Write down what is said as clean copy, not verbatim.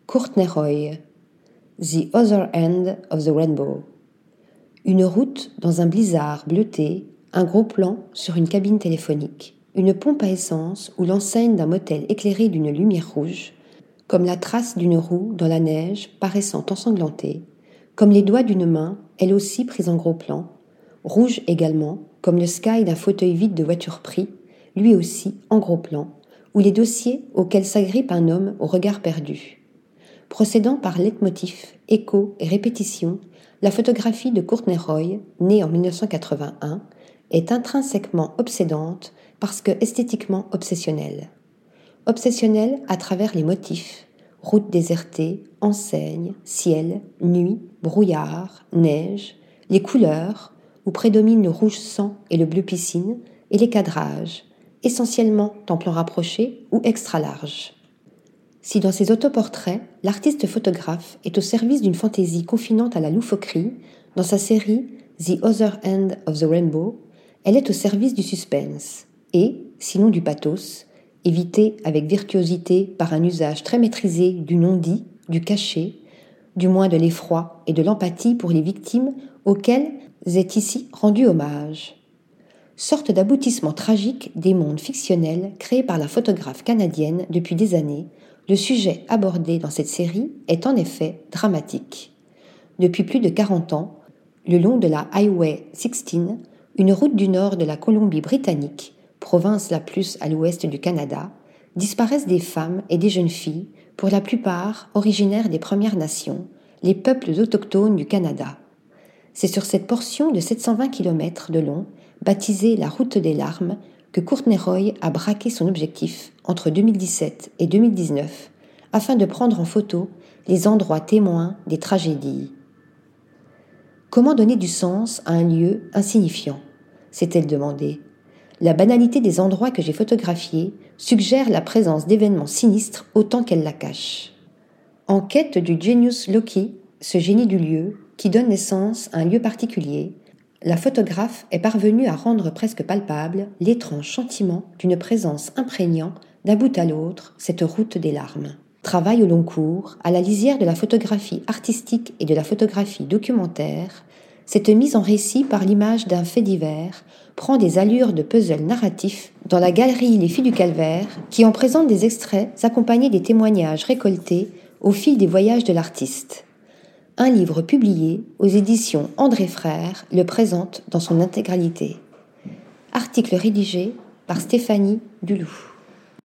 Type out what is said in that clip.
Courtney Roy, The Other End of the Rainbow. Une route dans un blizzard bleuté, un gros plan sur une cabine téléphonique, une pompe à essence ou l'enseigne d'un motel éclairé d'une lumière rouge, comme la trace d'une roue dans la neige paraissant ensanglantée, comme les doigts d'une main, elle aussi prise en gros plan, rouge également, comme le sky d'un fauteuil vide de voiture pris, lui aussi en gros plan, ou les dossiers auxquels s'agrippe un homme au regard perdu. Procédant par leitmotiv, écho et répétition, la photographie de Courtney Roy, née en 1981, est intrinsèquement obsédante parce que esthétiquement obsessionnelle. Obsessionnelle à travers les motifs, route désertée, enseigne, ciel, nuit, brouillard, neige, les couleurs, où prédominent le rouge sang et le bleu piscine, et les cadrages, essentiellement en plan rapproché ou extra large. Si dans ses autoportraits, l'artiste photographe est au service d'une fantaisie confinante à la loufoquerie, dans sa série The Other End of the Rainbow, elle est au service du suspense et, sinon du pathos, évité avec virtuosité par un usage très maîtrisé du non-dit, du caché, du moins de l'effroi et de l'empathie pour les victimes auxquelles est ici rendu hommage. Sorte d'aboutissement tragique des mondes fictionnels créés par la photographe canadienne depuis des années, le sujet abordé dans cette série est en effet dramatique. Depuis plus de 40 ans, le long de la Highway 16, une route du nord de la Colombie-Britannique, province la plus à l'ouest du Canada, disparaissent des femmes et des jeunes filles, pour la plupart originaires des Premières Nations, les peuples autochtones du Canada. C'est sur cette portion de 720 km de long, baptisée la Route des larmes, que Courtney Roy a braqué son objectif entre 2017 et 2019 afin de prendre en photo les endroits témoins des tragédies. Comment donner du sens à un lieu insignifiant ? S'est-elle demandé. La banalité des endroits que j'ai photographiés suggère la présence d'événements sinistres autant qu'elle la cache. En quête du genius loci, ce génie du lieu qui donne naissance à un lieu particulier, la photographe est parvenue à rendre presque palpable l'étrange sentiment d'une présence imprégnant d'un bout à l'autre cette route des larmes. Travail au long cours, à la lisière de la photographie artistique et de la photographie documentaire, cette mise en récit par l'image d'un fait divers prend des allures de puzzle narratif dans la galerie Les Filles du Calvaire, qui en présente des extraits accompagnés des témoignages récoltés au fil des voyages de l'artiste. Un livre publié aux éditions André Frères le présente dans son intégralité. Article rédigé par Stéphanie Dulou.